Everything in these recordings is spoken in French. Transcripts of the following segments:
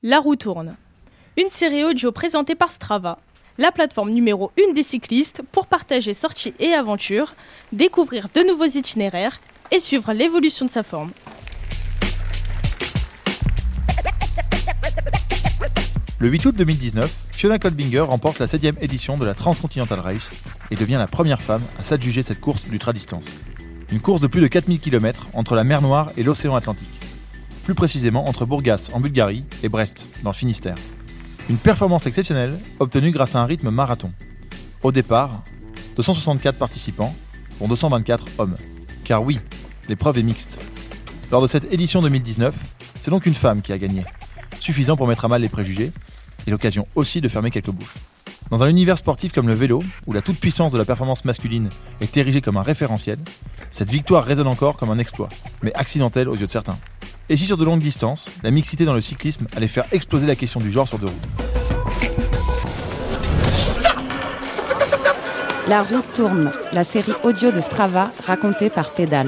La roue tourne. Une série audio présentée par Strava, la plateforme numéro 1 des cyclistes pour partager sorties et aventures, découvrir de nouveaux itinéraires et suivre l'évolution de sa forme. Le 8 août 2019, Fiona Kolbinger remporte la 7e édition de la Transcontinental Race et devient la première femme à s'adjuger cette course d'ultra-distance. Une course de plus de 4000 km entre la mer Noire et l'océan Atlantique. Plus précisément entre Burgas en Bulgarie et Brest dans le Finistère. Une performance exceptionnelle obtenue grâce à un rythme marathon. Au départ, 264 participants, dont 224 hommes. Car oui, l'épreuve est mixte. Lors de cette édition 2019, c'est donc une femme qui a gagné. Suffisant pour mettre à mal les préjugés, et l'occasion aussi de fermer quelques bouches. Dans un univers sportif comme le vélo, où la toute-puissance de la performance masculine est érigée comme un référentiel, cette victoire résonne encore comme un exploit, mais accidentel aux yeux de certains. Et si sur de longues distances, la mixité dans le cyclisme allait faire exploser la question du genre sur deux roues. La roue tourne, la série audio de Strava racontée par Pédale.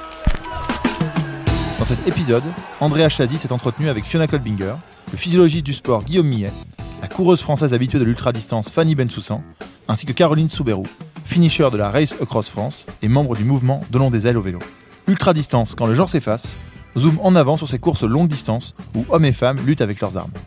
Dans cet épisode, Andrea Chazzy s'est entretenu avec Fiona Kolbinger, le physiologiste du sport Guillaume Millet, la coureuse française habituée de l'ultra-distance Fanny Bensoussan, ainsi que Caroline Souberou, finisher de la Race Across France et membre du mouvement Donnons des ailes au vélo. Ultra-distance quand le genre s'efface, zoom en avant sur ces courses longue distance où hommes et femmes luttent avec leurs armes.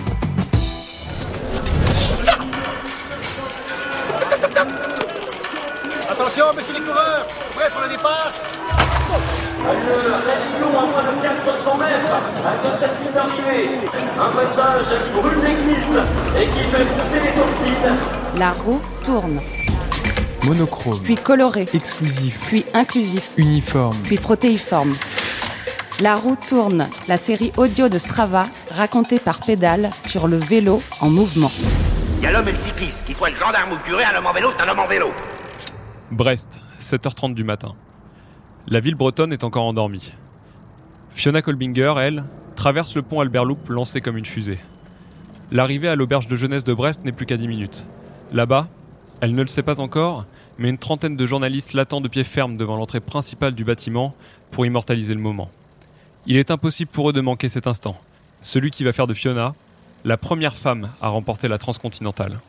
Attention, messieurs les coureurs, prêts pour le départ? Le Rédillon à moins de 400 mètres, à cette ligne d'arrivée. Un passage qui brûle les cuisses et qui fait monter les toxines. La roue tourne, Monochrome, puis coloré, exclusif, puis inclusif, uniforme. puis protéiforme. La roue tourne, la série audio de Strava racontée par Pédale sur le vélo en mouvement. Il y a l'homme et le cycliste, qu'il soit le gendarme ou le curé, un homme en vélo, c'est un homme en vélo. Brest, 7h30 du matin. La ville bretonne est encore endormie. Fiona Kolbinger, elle, traverse le pont Albert Loup lancé comme une fusée. L'arrivée à l'auberge de jeunesse de Brest n'est plus qu'à 10 minutes. Là-bas, elle ne le sait pas encore, mais une trentaine de journalistes l'attendent de pied ferme devant l'entrée principale du bâtiment pour immortaliser le moment. Il est impossible pour eux de manquer cet instant, celui qui va faire de Fiona la première femme à remporter la Transcontinentale.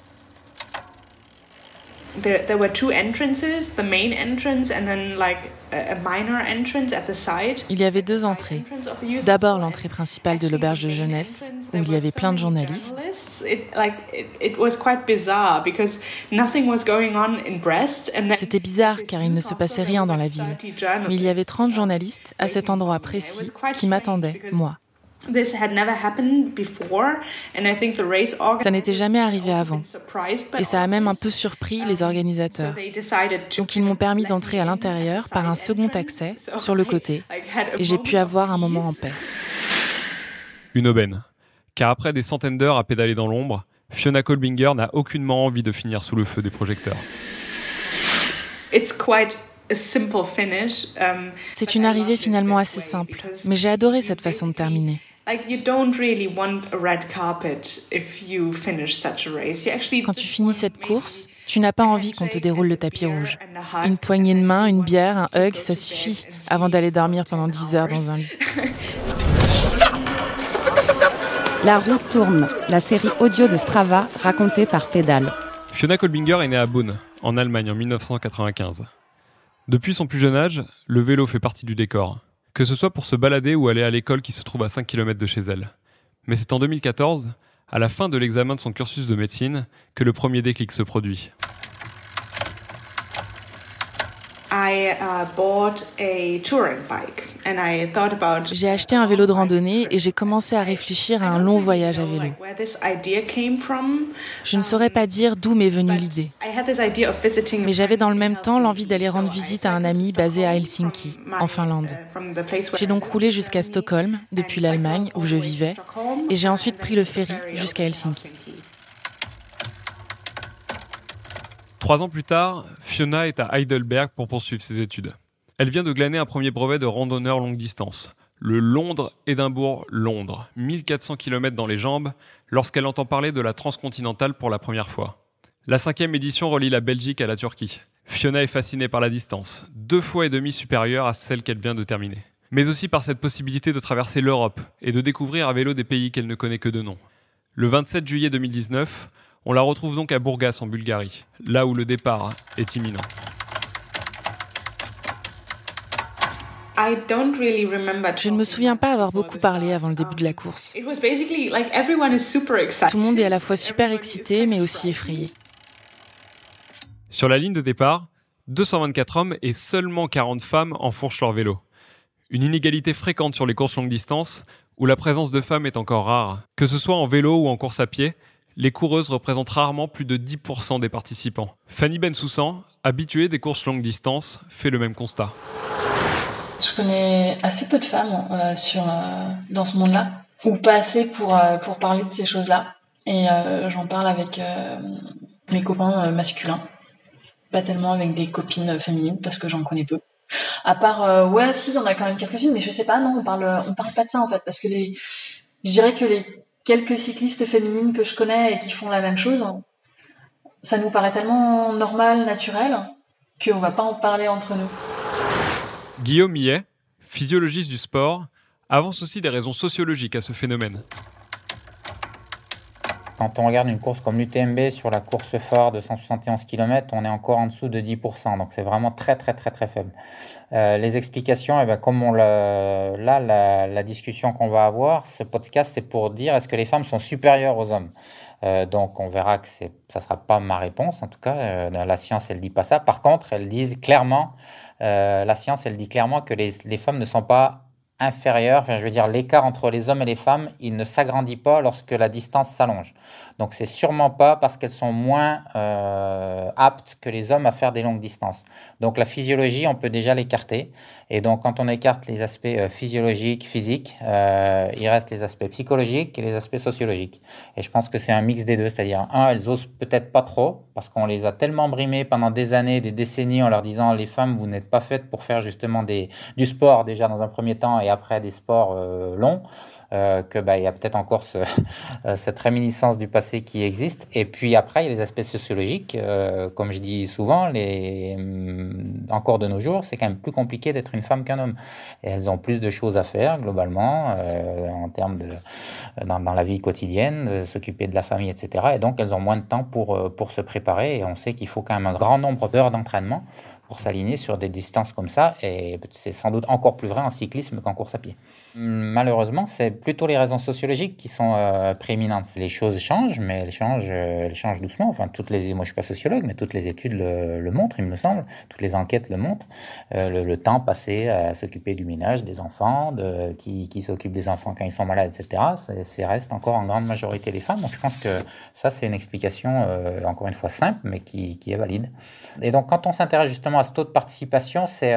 There were two entrances, the main entrance and then like a minor entrance at the side. Il y avait deux entrées. D'abord l'entrée principale de l'auberge de jeunesse, où il y avait plein de journalistes. C'était bizarre car il ne se passait rien dans la ville. Mais il y avait 30 journalistes à cet endroit précis qui m'attendaient, moi. Ça n'était jamais arrivé avant. Et ça a même un peu surpris les organisateurs. Donc ils m'ont permis d'entrer à l'intérieur par un second accès, sur le côté, et j'ai pu avoir un moment en paix. Une aubaine. Car après des centaines d'heures à pédaler dans l'ombre, Fiona Kolbinger n'a aucunement envie de finir sous le feu des projecteurs. C'est une arrivée finalement assez simple, mais j'ai adoré cette façon de terminer. Quand tu finis cette course, tu n'as pas envie qu'on te déroule le tapis rouge. Une poignée de main, une bière, un hug, ça suffit avant d'aller dormir pendant 10 heures dans un lit. La roue tourne, la série audio de Strava racontée par Pédale. Fiona Kolbinger est née à Bonn, en Allemagne, en 1995. Depuis son plus jeune âge, le vélo fait partie du décor. Que ce soit pour se balader ou aller à l'école qui se trouve à 5 km de chez elle. Mais c'est en 2014, à la fin de l'examen de son cursus de médecine, que le premier déclic se produit. J'ai acheté un vélo de randonnée et j'ai commencé à réfléchir à un long voyage à vélo. Je ne saurais pas dire d'où m'est venue l'idée. Mais j'avais dans le même temps l'envie d'aller rendre visite à un ami basé à Helsinki, en Finlande. J'ai donc roulé jusqu'à Stockholm, depuis l'Allemagne, où je vivais, et j'ai ensuite pris le ferry jusqu'à Helsinki. 3 ans plus tard, Fiona est à Heidelberg pour poursuivre ses études. Elle vient de glaner un premier brevet de randonneur longue distance. Le Londres-Édimbourg-Londres, 1400 km dans les jambes, lorsqu'elle entend parler de la Transcontinentale pour la première fois. La 5e édition relie la Belgique à la Turquie. Fiona est fascinée par la distance, 2,5 fois supérieure à celle qu'elle vient de terminer. mais aussi par cette possibilité de traverser l'Europe et de découvrir à vélo des pays qu'elle ne connaît que de nom. Le 27 juillet 2019, on la retrouve donc à Burgas en Bulgarie, là où le départ est imminent. Je ne me souviens pas avoir beaucoup parlé avant le début de la course. Tout le monde est à la fois super excité, mais aussi effrayé. Sur la ligne de départ, 224 hommes et seulement 40 femmes enfourchent leur vélo. Une inégalité fréquente sur les courses longue distance, où la présence de femmes est encore rare. Que ce soit en vélo ou en course à pied, les coureuses représentent rarement plus de 10% des participants. Fanny Bensoussan, habituée des courses longue distance, fait le même constat. Je connais assez peu de femmes dans ce monde-là, ou pas assez pour parler de ces choses-là. Et j'en parle avec mes copains masculins, pas tellement avec des copines féminines, parce que j'en connais peu. À part, si, il y en a quand même quelques-unes, mais je sais pas, non, on parle pas de ça en fait, parce que je dirais que les quelques cyclistes féminines que je connais et qui font la même chose, ça nous paraît tellement normal, naturel, qu'on va pas en parler entre nous. Guillaume Millet, physiologiste du sport, avance aussi des raisons sociologiques à ce phénomène. Quand on regarde une course comme l'UTMB sur la course phare de 171 km, on est encore en dessous de 10%, donc c'est vraiment très très très très faible. Les explications, comme la discussion qu'on va avoir, ce podcast, c'est pour dire est-ce que les femmes sont supérieures aux hommes. Donc on verra que ça sera pas ma réponse, en tout cas, la science elle dit pas ça. Par contre, la science elle dit clairement que les femmes ne sont pas inférieure, l'écart entre les hommes et les femmes, il ne s'agrandit pas lorsque la distance s'allonge. Donc c'est sûrement pas parce qu'elles sont moins aptes que les hommes à faire des longues distances. Donc la physiologie, on peut déjà l'écarter. Et donc quand on écarte les aspects physiologiques, physiques, il reste les aspects psychologiques et les aspects sociologiques. Et je pense que c'est un mix des deux, c'est-à-dire elles osent peut-être pas trop parce qu'on les a tellement brimées pendant des années, des décennies en leur disant les femmes vous n'êtes pas faites pour faire justement du sport déjà dans un premier temps et après des sports longs. Il y a peut-être encore cette réminiscence du passé qui existe. Et puis après, il y a les aspects sociologiques. Comme je dis souvent, encore de nos jours, c'est quand même plus compliqué d'être une femme qu'un homme. Et elles ont plus de choses à faire, globalement, en termes dans la vie quotidienne, de s'occuper de la famille, etc. Et donc, elles ont moins de temps pour se préparer. Et on sait qu'il faut quand même un grand nombre d'heures d'entraînement pour s'aligner sur des distances comme ça. Et c'est sans doute encore plus vrai en cyclisme qu'en course à pied. Malheureusement, c'est plutôt les raisons sociologiques qui sont prééminentes. Les choses changent, mais elles changent doucement. Enfin, moi, je suis pas sociologue, mais toutes les études le montrent, il me semble. Toutes les enquêtes le montrent. Le temps passé à s'occuper du ménage des enfants, qui s'occupent des enfants quand ils sont malades, etc. C'est reste encore en grande majorité les femmes. Donc, je pense que ça, c'est une explication, encore une fois, simple, mais qui est valide. Et donc, quand on s'intéresse justement à ce taux de participation, c'est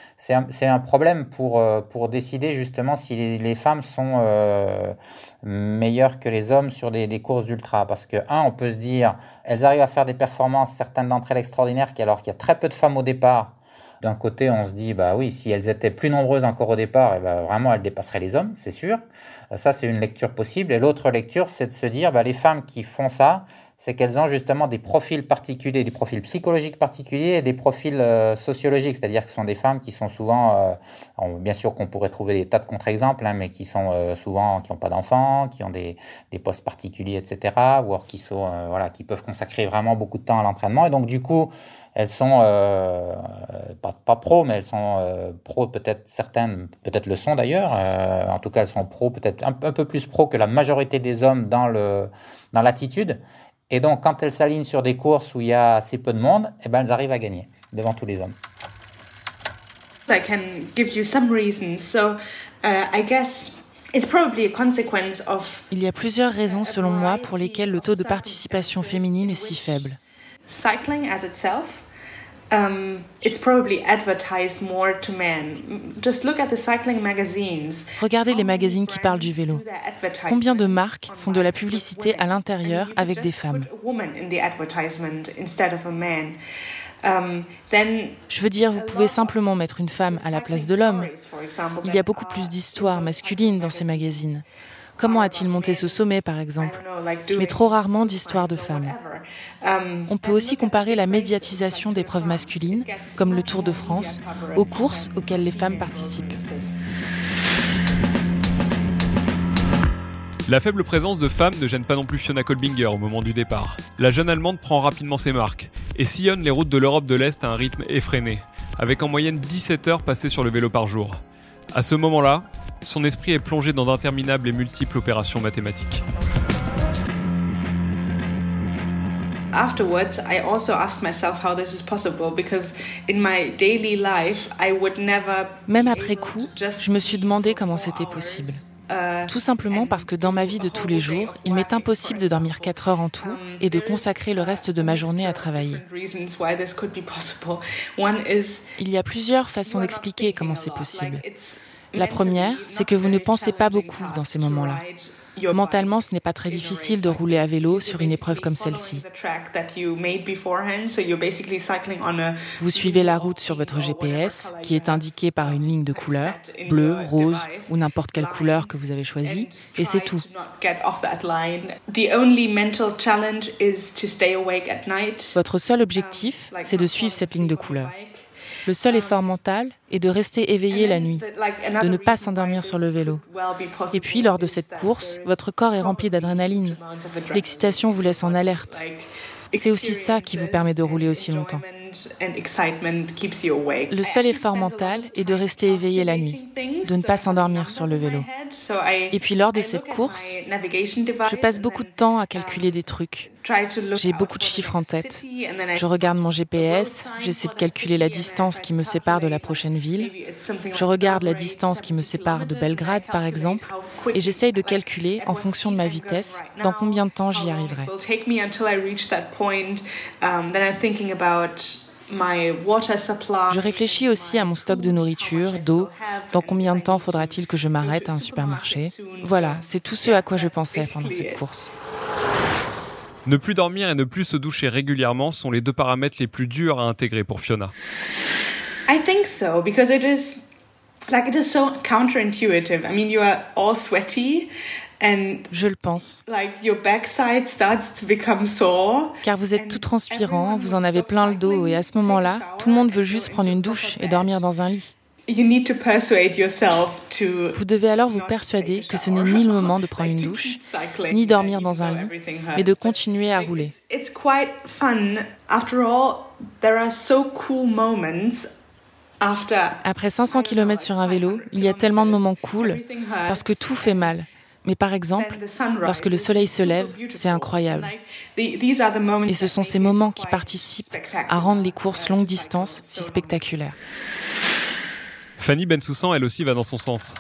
un problème pour décider justement si les femmes sont meilleures que les hommes sur des courses d'ultra. Parce que, on peut se dire, elles arrivent à faire des performances, certaines d'entre elles extraordinaires, alors qu'il y a très peu de femmes au départ. D'un côté, on se dit, oui, si elles étaient plus nombreuses encore au départ, vraiment, elles dépasseraient les hommes, c'est sûr. Ça, c'est une lecture possible. Et l'autre lecture, c'est de se dire, les femmes qui font ça, c'est qu'elles ont justement des profils particuliers, des profils psychologiques particuliers et des profils sociologiques, c'est-à-dire que ce sont des femmes qui sont souvent, bien sûr qu'on pourrait trouver des tas de contre-exemples, mais qui sont souvent, qui n'ont pas d'enfants, qui ont des postes particuliers, etc., ou alors qui peuvent consacrer vraiment beaucoup de temps à l'entraînement. Et donc du coup, elles sont pas pros, mais elles sont pros, peut-être certaines, peut-être le sont d'ailleurs. En tout cas, elles sont pros, peut-être un peu plus pros que la majorité des hommes dans l'attitude. Et donc, quand elles s'alignent sur des courses où il y a assez peu de monde, elles arrivent à gagner devant tous les hommes. I can give you some reasons. So, I guess it's probably a consequence of. Il y a plusieurs raisons, selon moi, pour lesquelles le taux de participation féminine est si faible. Cycling as itself. It's probably advertised more to men. Just look at the cycling magazines. Regardez les magazines qui parlent du vélo. Combien de marques font de la publicité à l'intérieur avec des femmes? Je veux dire, vous pouvez simplement mettre une femme à la place de l'homme. Il y a beaucoup plus d'histoires masculines dans ces magazines. Comment a-t-il monté ce sommet, par exemple? Mais trop rarement d'histoires de femmes. On peut aussi comparer la médiatisation d'épreuves masculines, comme le Tour de France, aux courses auxquelles les femmes participent. La faible présence de femmes ne gêne pas non plus Fiona Kolbinger au moment du départ. La jeune Allemande prend rapidement ses marques et sillonne les routes de l'Europe de l'Est à un rythme effréné, avec en moyenne 17 heures passées sur le vélo par jour. À ce moment-là, son esprit est plongé dans d'interminables et multiples opérations mathématiques. Afterwards, I also asked myself how this is possible because in my daily life, I would never. Même après coup, je me suis demandé comment c'était possible. Tout simplement parce que dans ma vie de tous les jours, il m'est impossible de dormir 4 heures en tout et de consacrer le reste de ma journée à travailler. Il y a plusieurs façons d'expliquer comment c'est possible. La première, c'est que vous ne pensez pas beaucoup dans ces moments-là. Mentalement, ce n'est pas très difficile de rouler à vélo sur une épreuve comme celle-ci. Vous suivez la route sur votre GPS, qui est indiquée par une ligne de couleur, bleu, rose ou n'importe quelle couleur que vous avez choisie, et c'est tout. Votre seul objectif, c'est de suivre cette ligne de couleur. Le seul effort mental est de rester éveillé la nuit, de ne pas s'endormir sur le vélo. Et puis, lors de cette course, votre corps est rempli d'adrénaline. L'excitation vous laisse en alerte. C'est aussi ça qui vous permet de rouler aussi longtemps. Le seul effort mental est de rester éveillé la nuit, de ne pas s'endormir sur le vélo. Et puis lors de cette course, je passe beaucoup de temps à calculer des trucs. J'ai beaucoup de chiffres en tête. Je regarde mon GPS, j'essaie de calculer la distance qui me sépare de la prochaine ville. Je regarde la distance qui me sépare de Belgrade, par exemple, et j'essaye de calculer, en fonction de ma vitesse, dans combien de temps j'y arriverai. Je réfléchis aussi à mon stock de nourriture, d'eau, dans combien de temps faudra-t-il que je m'arrête à un supermarché. Voilà, c'est tout ce à quoi je pensais pendant cette course. Ne plus dormir et ne plus se doucher régulièrement sont les deux paramètres les plus durs à intégrer pour Fiona. I think so, because it is so counterintuitive. I mean, you are all sweaty. Je le pense. Your backside starts to become sore. Car vous êtes tout transpirant, vous en avez plein le dos et à ce moment-là, tout le monde veut juste prendre une douche et dormir dans un lit. Vous devez alors vous persuader que ce n'est ni le moment de prendre une douche, ni dormir dans un lit, mais de continuer à rouler. It's quite fun. After all, there are so cool moments. Après 500 km sur un vélo, il y a tellement de moments cool parce que tout fait mal. Mais par exemple, lorsque le soleil se lève, c'est incroyable. Et ce sont ces moments qui participent à rendre les courses longue distance si spectaculaires. Fanny Bensoussan, elle aussi, va dans son sens.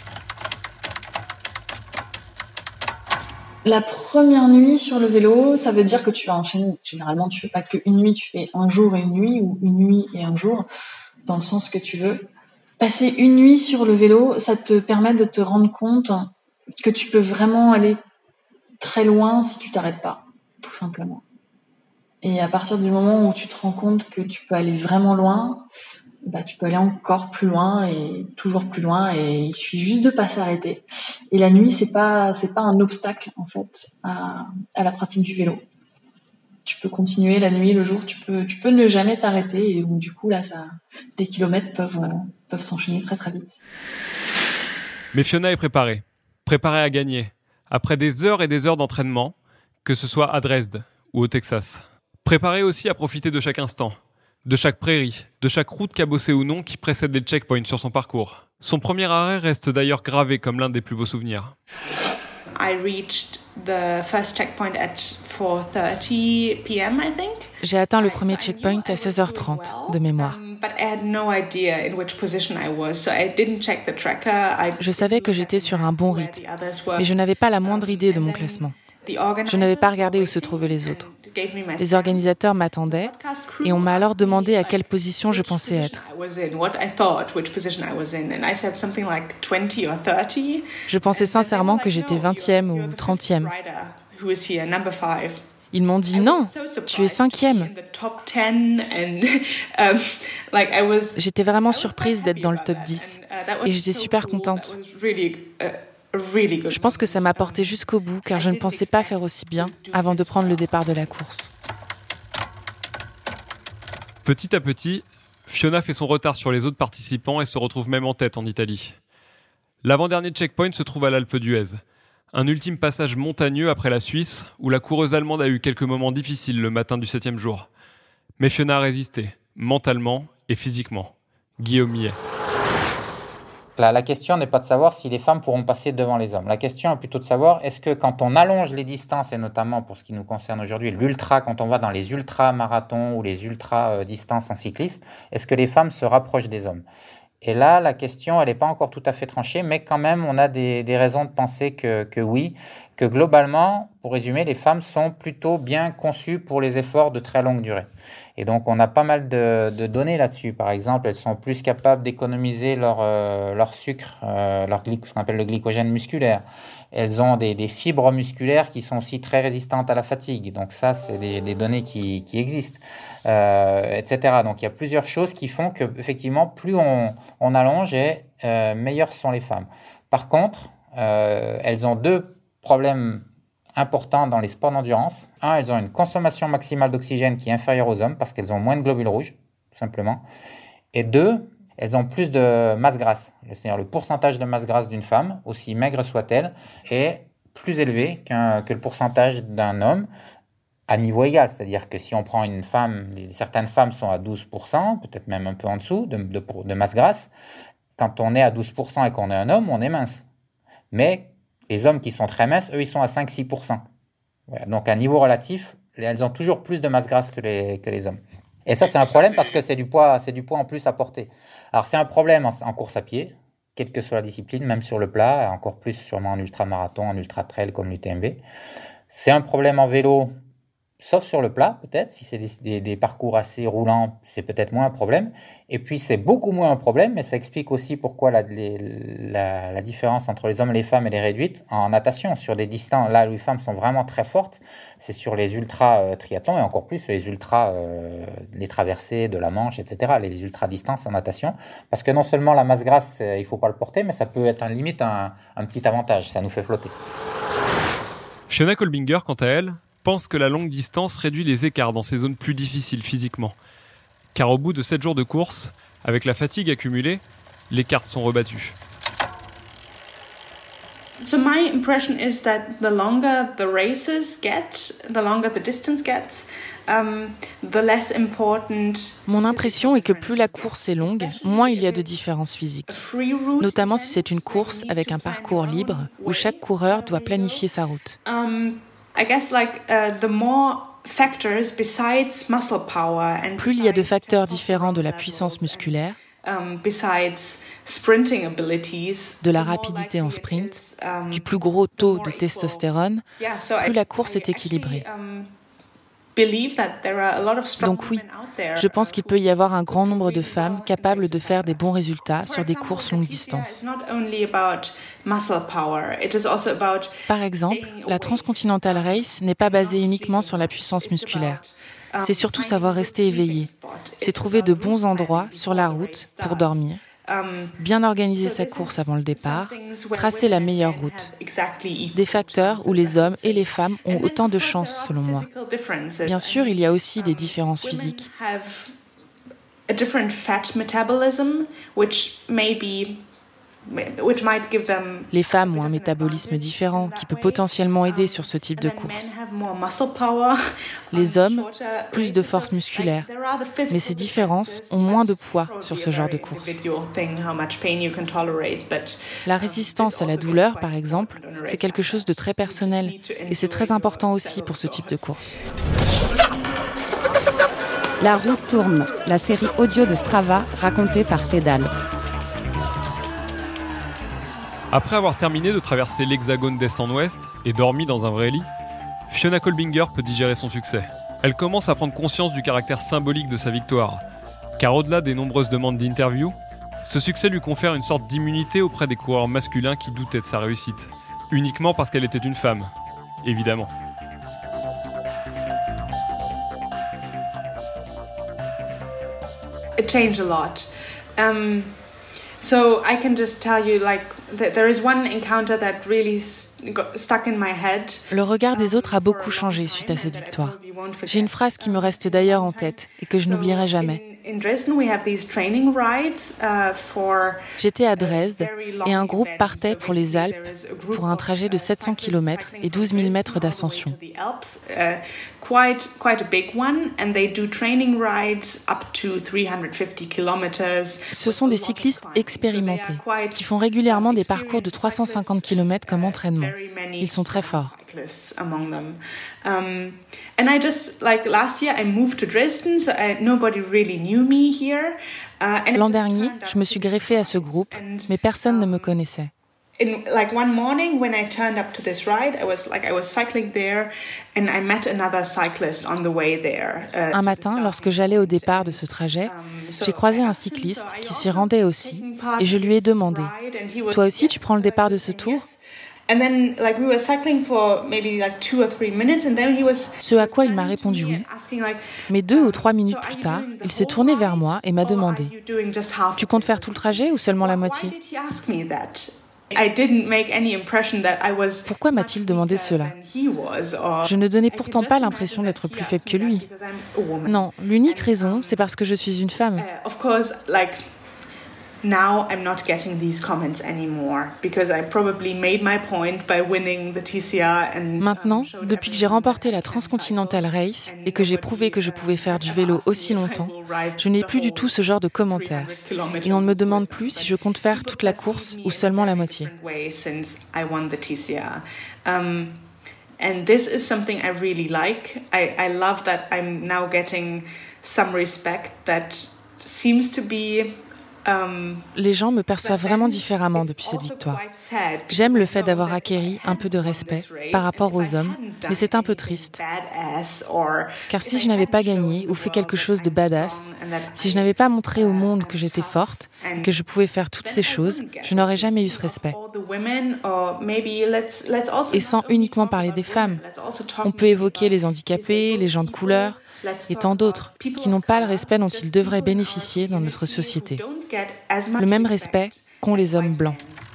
La première nuit sur le vélo, ça veut dire que tu vas enchaîner. Généralement, tu fais pas qu'une nuit, tu fais un jour et une nuit ou une nuit et un jour, dans le sens que tu veux. Passer une nuit sur le vélo, ça te permet de te rendre compte que tu peux vraiment aller très loin si tu t'arrêtes pas, tout simplement. Et à partir du moment où tu te rends compte que tu peux aller vraiment loin, bah tu peux aller encore plus loin et toujours plus loin et il suffit juste de pas s'arrêter. Et la nuit, c'est pas un obstacle en fait à la pratique du vélo. Tu peux continuer la nuit, le jour, tu peux ne jamais t'arrêter et donc du coup là les kilomètres peuvent s'enchaîner très très vite. Mais Fiona est préparée à gagner, après des heures et des heures d'entraînement, que ce soit à Dresde ou au Texas. Préparée aussi à profiter de chaque instant, de chaque prairie, de chaque route cabossée ou non qui précède les checkpoints sur son parcours. Son premier arrêt reste d'ailleurs gravé comme l'un des plus beaux souvenirs. I reached the first checkpoint at 4:30 p.m. I think. J'ai atteint le premier checkpoint à 16h30 de mémoire. Je savais que j'étais sur un bon rythme, mais je n'avais pas la moindre idée de mon classement. Je n'avais pas regardé où se trouvaient les autres. Les organisateurs m'attendaient et on m'a alors demandé à quelle position je pensais être. Je pensais sincèrement que j'étais 20e ou 30e. Ils m'ont dit non, tu es 5e. J'étais vraiment surprise d'être dans le top 10 et j'étais super contente. Je pense que ça m'a porté jusqu'au bout car je ne pensais pas faire aussi bien avant de prendre le départ de la course. Petit à petit, Fiona fait son retard sur les autres participants et se retrouve même en tête en Italie. L'avant-dernier checkpoint se trouve à l'Alpe d'Huez. Un ultime passage montagneux après la Suisse, où la coureuse allemande a eu quelques moments difficiles le matin du 7e jour. Mais Fiona a résisté, mentalement et physiquement. Guillaume Millet. La question n'est pas de savoir si les femmes pourront passer devant les hommes. La question est plutôt de savoir, est-ce que quand on allonge les distances, et notamment pour ce qui nous concerne aujourd'hui, l'ultra, quand on va dans les ultra-marathons ou les ultra-distances en cyclisme, est-ce que les femmes se rapprochent des hommes ? Et là, la question, elle n'est pas encore tout à fait tranchée, mais quand même, on a des raisons de penser que oui, que globalement, pour résumer, les femmes sont plutôt bien conçues pour les efforts de très longue durée. Et donc, on a pas mal de données là-dessus. Par exemple, elles sont plus capables d'économiser leur sucre, ce qu'on appelle le glycogène musculaire. Elles ont des fibres musculaires qui sont aussi très résistantes à la fatigue. Donc ça, c'est des données qui existent, etc. Donc, il y a plusieurs choses qui font que, effectivement, plus on allonge, et meilleures sont les femmes. Par contre, elles ont deux problèmes importants dans les sports d'endurance. Un, elles ont une consommation maximale d'oxygène qui est inférieure aux hommes parce qu'elles ont moins de globules rouges, tout simplement. Et deux, elles ont plus de masse grasse. C'est-à-dire le pourcentage de masse grasse d'une femme, aussi maigre soit-elle, est plus élevé que le pourcentage d'un homme à niveau égal. C'est-à-dire que si on prend une femme, certaines femmes sont à 12%, peut-être même un peu en dessous de masse grasse. Quand on est à 12% et qu'on est un homme, on est mince. Mais les hommes qui sont très minces, eux, ils sont à 5-6%. Voilà. Donc, à niveau relatif, elles ont toujours plus de masse grasse que les hommes. Et ça, c'est un problème parce que c'est du poids en plus à porter. Alors, c'est un problème en course à pied, quelle que soit la discipline, même sur le plat, encore plus sûrement en ultramarathon, en ultra-trail comme l'UTMB. C'est un problème en vélo, sauf sur le plat, peut-être. Si c'est des parcours assez roulants, c'est peut-être moins un problème. Et puis, c'est beaucoup moins un problème, mais ça explique aussi pourquoi la différence entre les hommes et les femmes elle est réduite en natation. Sur des distances, là où les femmes sont vraiment très fortes, c'est sur les ultra-triathlons et encore plus les les traversées de la Manche, etc., les ultra-distances en natation. Parce que non seulement la masse grasse, il ne faut pas le porter, mais ça peut être limite un petit avantage. Ça nous fait flotter. Fiona Kolbinger, quant à elle, pense que la longue distance réduit les écarts dans ces zones plus difficiles physiquement. Car au bout de 7 jours de course, avec la fatigue accumulée, les cartes sont rebattues. So my impression is that the longer the races get, the longer the distance gets, the less important. Mon impression est que plus la course est longue, moins il y a de différences physiques. Notamment si c'est une course avec un parcours libre où chaque coureur doit planifier sa route. I guess the more factors besides muscle power and plus il y a de facteurs différents de la puissance musculaire, besides sprinting abilities, de la rapidité en sprint, du plus gros taux de testostérone, plus la course est équilibrée. Donc oui, je pense qu'il peut y avoir un grand nombre de femmes capables de faire des bons résultats sur des courses longue distance. Par exemple, la Transcontinental Race n'est pas basée uniquement sur la puissance musculaire. C'est surtout savoir rester éveillé. C'est trouver de bons endroits sur la route pour dormir, bien organiser sa course avant le départ, tracer la meilleure route. Des facteurs où les hommes et les femmes ont autant de chances, selon moi. Bien sûr, il y a aussi des différences physiques. Les femmes ont un métabolisme différent qui peut potentiellement aider sur ce type de course. Les hommes, plus de force musculaire. Mais ces différences ont moins de poids sur ce genre de course. La résistance à la douleur, par exemple, c'est quelque chose de très personnel et c'est très important aussi pour ce type de course. La roue tourne, la série audio de Strava racontée par Pédale. Après avoir terminé de traverser l'hexagone d'est en ouest et dormi dans un vrai lit, Fiona Kolbinger peut digérer son succès. Elle commence à prendre conscience du caractère symbolique de sa victoire, car au-delà des nombreuses demandes d'interview, ce succès lui confère une sorte d'immunité auprès des coureurs masculins qui doutaient de sa réussite, uniquement parce qu'elle était une femme, évidemment. It changed a lot. So I can just tell you, like, there is one encounter that really got stuck in my head. Le regard des autres a beaucoup changé suite à cette victoire. J'ai une phrase qui me reste d'ailleurs en tête et que je n'oublierai jamais. J'étais à Dresde et un groupe partait pour les Alpes pour un trajet de 700 km et 12 000 mètres d'ascension. Ce sont des cyclistes expérimentés qui font régulièrement des parcours de 350 km comme entraînement. Ils sont très forts. And I just, like, last year I moved to Dresden, so nobody really knew me here. L'an dernier, je me suis greffée à ce groupe, mais personne ne me connaissait. Like one morning when I turned up to this ride, I was cycling there and I met another cyclist on the way there. Un matin, lorsque j'allais au départ de ce trajet, j'ai croisé un cycliste qui s'y rendait aussi et je lui ai demandé « Toi aussi, tu prends le départ de ce tour ?» Ce à quoi il m'a répondu oui. Mais 2 ou 3 minutes plus tard, il s'est tourné vers moi et m'a demandé « Tu comptes faire tout le trajet ou seulement la moitié ?» Pourquoi m'a-t-il demandé cela ? Je ne donnais pourtant pas l'impression d'être plus faible que lui. Non, l'unique raison, c'est parce que je suis une femme. Now I'm not getting these comments anymore because I probably made my point by winning the TCR and Maintenant, depuis que j'ai remporté la Transcontinental Race et que j'ai prouvé que je pouvais faire du vélo aussi longtemps, je n'ai plus du tout ce genre de commentaires. Et on ne me demande plus si je compte faire toute la course ou seulement la moitié. And this is something I really like. I love that I'm now getting some respect that seems to be Les gens me perçoivent vraiment différemment depuis cette victoire. J'aime le fait d'avoir acquéri un peu de respect par rapport aux hommes, mais c'est un peu triste. Car si je n'avais pas gagné ou fait quelque chose de badass, si je n'avais pas montré au monde que j'étais forte, que je pouvais faire toutes ces choses, je n'aurais jamais eu ce respect. Et sans uniquement parler des femmes, on peut évoquer les handicapés, les gens de couleur, et tant d'autres qui n'ont pas le respect dont ils devraient bénéficier dans notre société. Le même respect qu'ont les hommes blancs.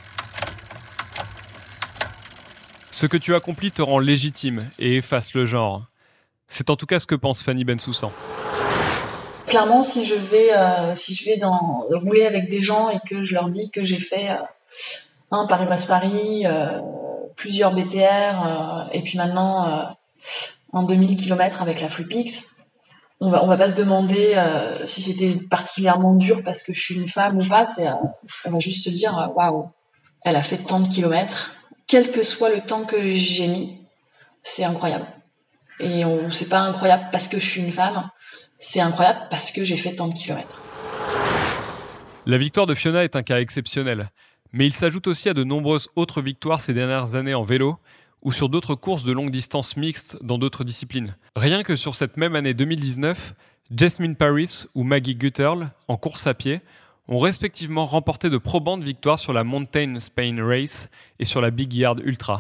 Ce que tu accomplis te rend légitime et efface le genre. C'est en tout cas ce que pense Fanny Bensoussan. Clairement, si je vais rouler avec des gens et que je leur dis que j'ai fait un Paris-Brest-Paris, plusieurs BTR et puis maintenant un 2000 km avec la FreePix, on va pas se demander si c'était particulièrement dur parce que je suis une femme ou pas. On va juste se dire waouh, elle a fait tant de kilomètres, quel que soit le temps que j'ai mis, c'est incroyable. Et c'est pas incroyable parce que je suis une femme, c'est incroyable parce que j'ai fait tant de kilomètres. La victoire de Fiona est un cas exceptionnel, mais il s'ajoute aussi à de nombreuses autres victoires ces dernières années en vélo ou sur d'autres courses de longue distance mixtes dans d'autres disciplines. Rien que sur cette même année 2019, Jasmine Paris ou Maggie Gutterl, en course à pied, ont respectivement remporté de probantes victoires sur la Mountain Spain Race et sur la Big Yard Ultra.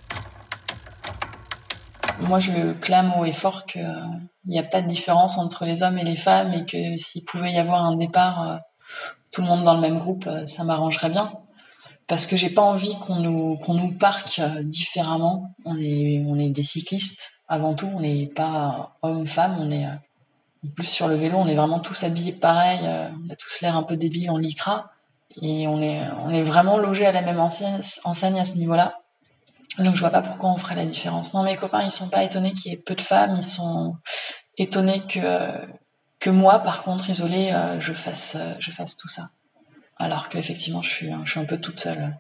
Moi, je le clame haut et fort qu'il n'y a pas de différence entre les hommes et les femmes et que s'il pouvait y avoir un départ, tout le monde dans le même groupe, ça m'arrangerait bien. Parce que j'ai pas envie qu'on nous parque différemment. On est des cyclistes avant tout. On n'est pas hommes-femmes. On est en plus sur le vélo. On est vraiment tous habillés pareil. On a tous l'air un peu débiles en lycra. Et on est vraiment logés à la même enseigne à ce niveau-là. Donc je vois pas pourquoi on ferait la différence. Non, mes copains, ils sont pas étonnés qu'il y ait peu de femmes. Ils sont étonnés que moi, par contre, isolée, je fasse tout ça. Alors qu'effectivement, je suis un peu toute seule.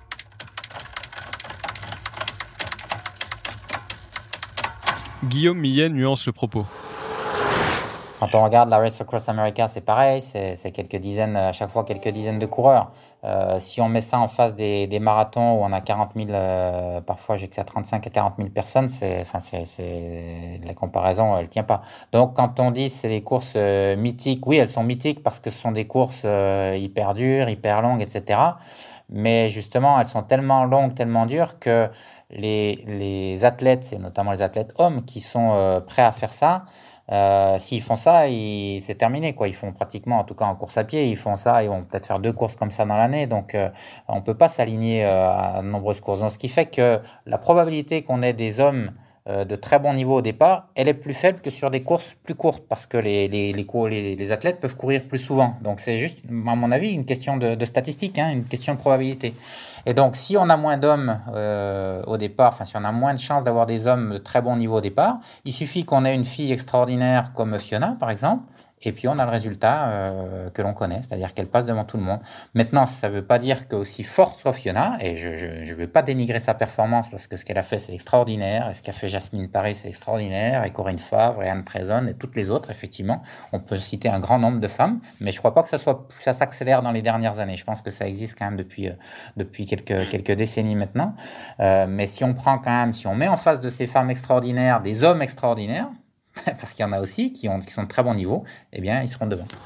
Guillaume Millet nuance le propos. Quand on regarde la Race Across America, c'est pareil, c'est quelques dizaines, à chaque fois quelques dizaines de coureurs. Si on met ça en face des marathons où on a 40 000, parfois j'ai que ça 35 à 40 000 personnes, la comparaison, elle tient pas. Donc quand on dit c'est des courses mythiques, oui, elles sont mythiques parce que ce sont des courses hyper dures, hyper longues, etc. Mais justement, elles sont tellement longues, tellement dures que les athlètes, et notamment les athlètes hommes qui sont prêts à faire ça, S'ils font ça, c'est terminé, quoi. Ils font pratiquement, en tout cas en course à pied, ils font ça, ils vont peut-être faire 2 courses comme ça dans l'année. Donc, on peut pas s'aligner à de nombreuses courses. Donc, ce qui fait que la probabilité qu'on ait des hommes de très bon niveau au départ, elle est plus faible que sur des courses plus courtes parce que les athlètes peuvent courir plus souvent. Donc, c'est juste, à mon avis, une question de statistique, une question de probabilité. Et donc, si on a moins d'hommes au départ, enfin, si on a moins de chances d'avoir des hommes de très bon niveau au départ, il suffit qu'on ait une fille extraordinaire comme Fiona, par exemple, et puis on a le résultat que l'on connaît, c'est-à-dire qu'elle passe devant tout le monde. Maintenant, ça ne veut pas dire qu'aussi forte soit Fiona, et je ne veux pas dénigrer sa performance, parce que ce qu'elle a fait, c'est extraordinaire, et ce qu'a fait Jasmine Paris, c'est extraordinaire, et Corinne Favre, et Anne Trezon, et toutes les autres, effectivement. On peut citer un grand nombre de femmes, mais je ne crois pas que ça s'accélère dans les dernières années. Je pense que ça existe quand même depuis quelques décennies maintenant. Mais si on met en face de ces femmes extraordinaires des hommes extraordinaires, parce qu'il y en a aussi qui sont de très bon niveau, eh bien, ils seront devant.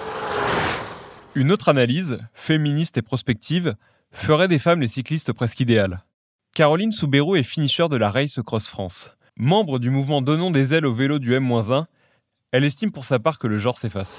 Une autre analyse, féministe et prospective, ferait des femmes les cyclistes presque idéales. Caroline Soubérou est finisher de la Race Cross France. Membre du mouvement Donnons des ailes au vélo du M-1, elle estime pour sa part que le genre s'efface.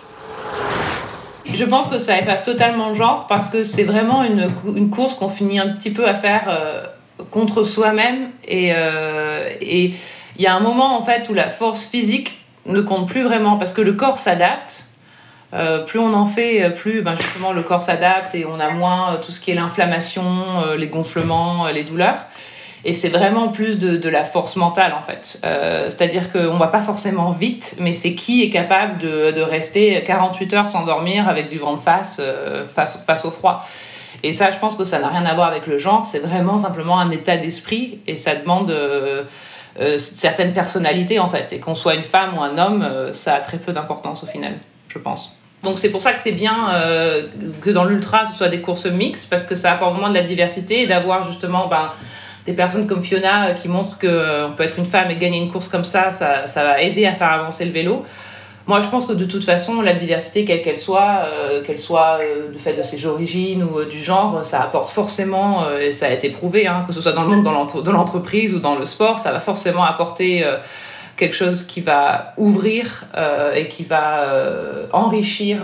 Je pense que ça efface totalement le genre parce que c'est vraiment une course qu'on finit un petit peu à faire contre soi-même et il y a un moment en fait où la force physique ne compte plus vraiment parce que le corps s'adapte. Plus on en fait, plus justement le corps s'adapte et on a moins tout ce qui est l'inflammation, les gonflements, les douleurs. Et c'est vraiment plus de la force mentale en fait. C'est-à-dire qu'on va pas forcément vite, mais c'est qui est capable de rester 48 heures sans dormir avec du vent de face au froid. Et ça, je pense que ça n'a rien à voir avec le genre. C'est vraiment simplement un état d'esprit et ça demande certaines personnalités en fait. Et qu'on soit une femme ou un homme, ça a très peu d'importance au final, je pense. Donc c'est pour ça que c'est bien que dans l'ultra, ce soit des courses mixtes parce que ça apporte vraiment de la diversité et d'avoir justement des personnes comme Fiona qui montrent qu'on peut être une femme et gagner une course comme ça va aider à faire avancer le vélo. Moi, je pense que de toute façon, la diversité, quelle qu'elle soit du fait de ses origines ou du genre, ça apporte forcément, et ça a été prouvé, que ce soit dans le monde de l'entreprise ou dans le sport, ça va forcément apporter quelque chose qui va ouvrir et qui va enrichir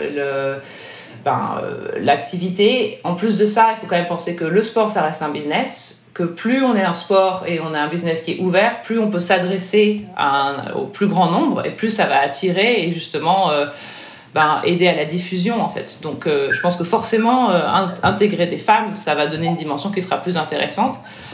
l'activité. En plus de ça, il faut quand même penser que le sport, ça reste un business, que plus on est un sport et on a un business qui est ouvert, plus on peut s'adresser au plus grand nombre et plus ça va attirer et justement aider à la diffusion en fait. Donc je pense que forcément intégrer des femmes, ça va donner une dimension qui sera plus intéressante.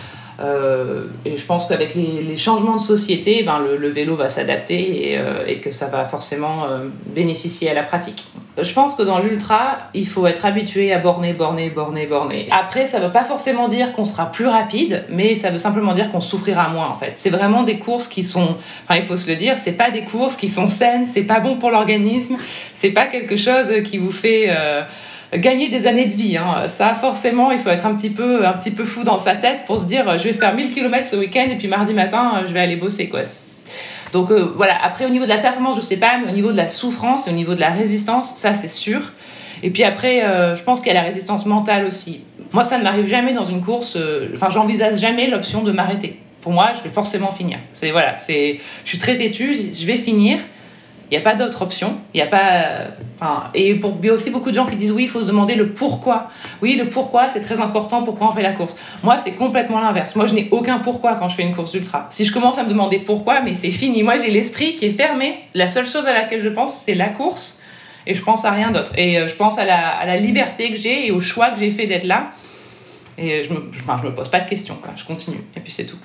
Et je pense qu'avec les changements de société, le vélo va s'adapter et que ça va forcément bénéficier à la pratique. Je pense que dans l'ultra, il faut être habitué à borner. Après, ça ne veut pas forcément dire qu'on sera plus rapide, mais ça veut simplement dire qu'on souffrira moins en fait. C'est vraiment des courses qui sont, il faut se le dire, c'est pas des courses qui sont saines, c'est pas bon pour l'organisme, c'est pas quelque chose qui vous fait gagner des années de vie. Ça, forcément, il faut être un petit peu fou dans sa tête pour se dire je vais faire 1000 km ce week-end et puis mardi matin, je vais aller bosser, quoi. Donc voilà, après au niveau de la performance, je sais pas, mais au niveau de la souffrance et au niveau de la résistance, ça c'est sûr. Et puis après, je pense qu'il y a la résistance mentale aussi. Moi, ça ne m'arrive jamais dans une course, j'envisage jamais l'option de m'arrêter. Pour moi, je vais forcément finir. Je suis très têtue, je vais finir. Il n'y a pas d'autre option. Il y a pas, il y a aussi beaucoup de gens qui disent oui, il faut se demander le pourquoi. Oui, le pourquoi, c'est très important. Pourquoi on fait la course? Moi, c'est complètement l'inverse. Moi, je n'ai aucun pourquoi quand je fais une course ultra. Si je commence à me demander pourquoi, mais c'est fini. Moi, j'ai l'esprit qui est fermé. La seule chose à laquelle je pense, c'est la course. Et je pense à rien d'autre. Et je pense à la liberté que j'ai et au choix que j'ai fait d'être là. Et je me pose pas de questions, quoi. Je continue. Et puis, c'est tout.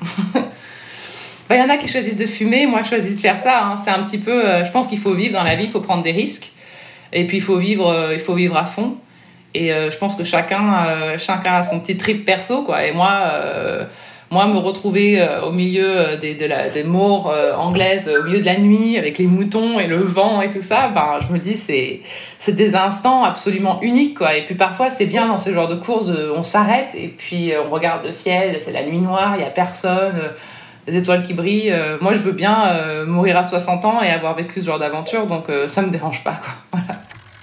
Il y en a qui choisissent de fumer, moi je choisis de faire ça. C'est un petit peu, je pense qu'il faut vivre dans la vie, il faut prendre des risques. Et puis il faut vivre à fond. Et je pense que chacun a son petit trip perso, quoi. Et moi me retrouver au milieu des maures anglaises, au milieu de la nuit, avec les moutons et le vent et tout ça, je me dis c'est des instants absolument uniques, quoi. Et puis parfois c'est bien dans ce genre de courses, on s'arrête et puis on regarde le ciel, c'est la nuit noire, il n'y a personne. Les étoiles qui brillent. Moi, je veux bien mourir à 60 ans et avoir vécu ce genre d'aventure, donc ça me dérange pas, quoi. Voilà.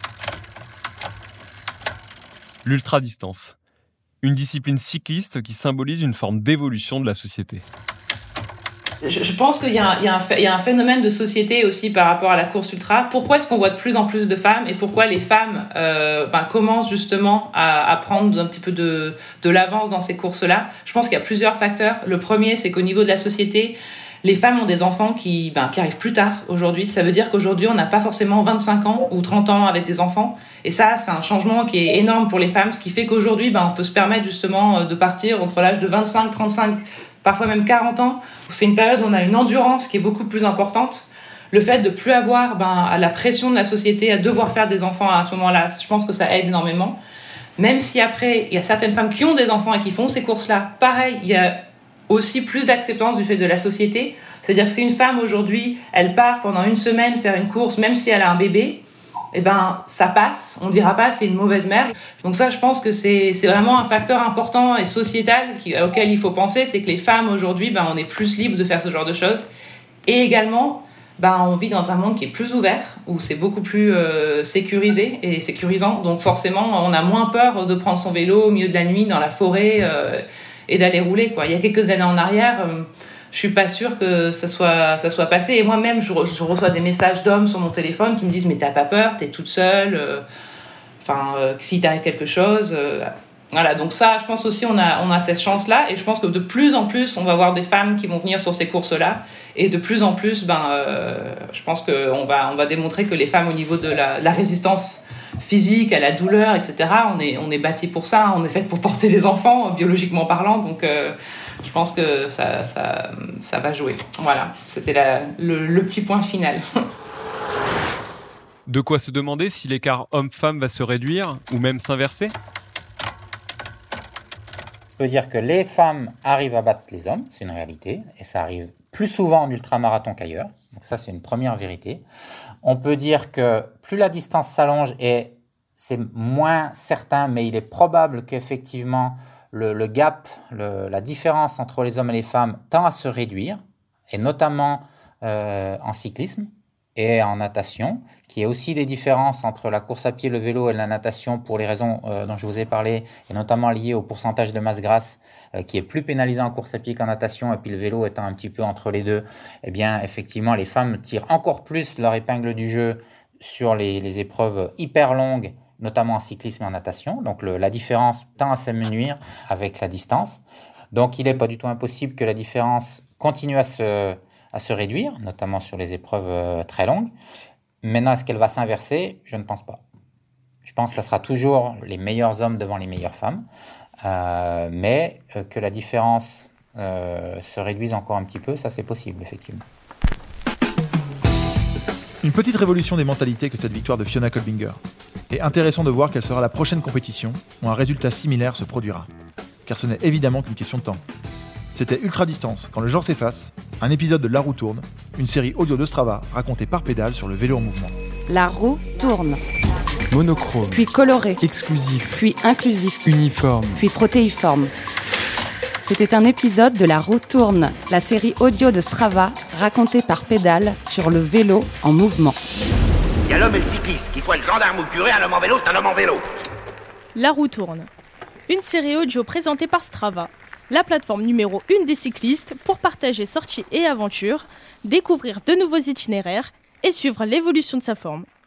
L'ultra-distance. Une discipline cycliste qui symbolise une forme d'évolution de la société. Je pense qu'il y a un phénomène de société aussi par rapport à la course ultra. Pourquoi est-ce qu'on voit de plus en plus de femmes et pourquoi les femmes commencent justement à prendre un petit peu de l'avance dans ces courses-là? Je pense qu'il y a plusieurs facteurs. Le premier, c'est qu'au niveau de la société, les femmes ont des enfants qui arrivent plus tard aujourd'hui. Ça veut dire qu'aujourd'hui, on n'a pas forcément 25 ans ou 30 ans avec des enfants. Et ça, c'est un changement qui est énorme pour les femmes, ce qui fait qu'aujourd'hui, on peut se permettre justement de partir entre l'âge de 25, 35, parfois même 40 ans. C'est une période où on a une endurance qui est beaucoup plus importante. Le fait de plus avoir la pression de la société à devoir faire des enfants à ce moment-là, je pense que ça aide énormément. Même si après, il y a certaines femmes qui ont des enfants et qui font ces courses-là, pareil, il y a aussi plus d'acceptance du fait de la société. C'est-à-dire que si une femme aujourd'hui, elle part pendant une semaine faire une course, même si elle a un bébé, ça passe. On dira pas c'est une mauvaise mère. Donc ça, je pense que c'est vraiment un facteur important et sociétal auquel il faut penser, c'est que les femmes aujourd'hui, on est plus libres de faire ce genre de choses. Et également, on vit dans un monde qui est plus ouvert, où c'est beaucoup plus sécurisé et sécurisant. Donc forcément, on a moins peur de prendre son vélo au milieu de la nuit dans la forêt et d'aller rouler, quoi. Il y a quelques années en arrière, je suis pas sûre que ça soit passé. Et moi-même, je reçois des messages d'hommes sur mon téléphone qui me disent « Mais t'as pas peur, t'es toute seule, si t'arrive quelque chose... Voilà, donc ça, je pense aussi on a cette chance-là. Et je pense que de plus en plus, on va avoir des femmes qui vont venir sur ces courses-là. Et de plus en plus, je pense qu'on va démontrer que les femmes, au niveau de la résistance physique, à la douleur, etc., on est bâti pour ça, on est fait pour porter des enfants, biologiquement parlant, donc je pense que ça va jouer. Voilà, c'était le petit point final. De quoi se demander si l'écart homme-femme va se réduire, ou même s'inverser ? On peut dire que les femmes arrivent à battre les hommes, c'est une réalité, et ça arrive plus souvent en ultramarathon qu'ailleurs. Donc ça, c'est une première vérité. On peut dire que plus la distance s'allonge, et c'est moins certain, mais il est probable qu'effectivement le gap, la différence entre les hommes et les femmes tend à se réduire, et notamment en cyclisme et en natation, qui est aussi des différences entre la course à pied, le vélo et la natation pour les raisons dont je vous ai parlé, et notamment liées au pourcentage de masse grasse qui est plus pénalisé en course à pied qu'en natation, et puis le vélo étant un petit peu entre les deux. Eh bien, effectivement, les femmes tirent encore plus leur épingle du jeu sur les épreuves hyper longues, notamment en cyclisme et en natation. Donc la différence tend à s'amenuire avec la distance. Donc il n'est pas du tout impossible que la différence continue à se réduire, notamment sur les épreuves très longues. Maintenant, est-ce qu'elle va s'inverser ? Je ne pense pas. Je pense que ça sera toujours les meilleurs hommes devant les meilleures femmes, mais que la différence se réduise encore un petit peu, ça c'est possible, effectivement. Une petite révolution des mentalités que cette victoire de Fiona Kolbinger. Et intéressant de voir quelle sera la prochaine compétition où un résultat similaire se produira. Car ce n'est évidemment qu'une question de temps. C'était Ultra Distance, quand le genre s'efface, un épisode de La Roue tourne, une série audio de Strava racontée par Pédale sur le vélo en mouvement. La roue tourne. Monochrome. Puis coloré. Exclusif. Puis inclusif. Uniforme. Puis protéiforme. C'était un épisode de La Roue tourne, la série audio de Strava racontée par Pédale sur le vélo en mouvement. Il y a l'homme et le cycliste, qu'il soit le gendarme ou le curé, un homme en vélo, c'est un homme en vélo. La Roue tourne. Une série audio présentée par Strava, la plateforme numéro 1 des cyclistes pour partager sorties et aventures, découvrir de nouveaux itinéraires et suivre l'évolution de sa forme.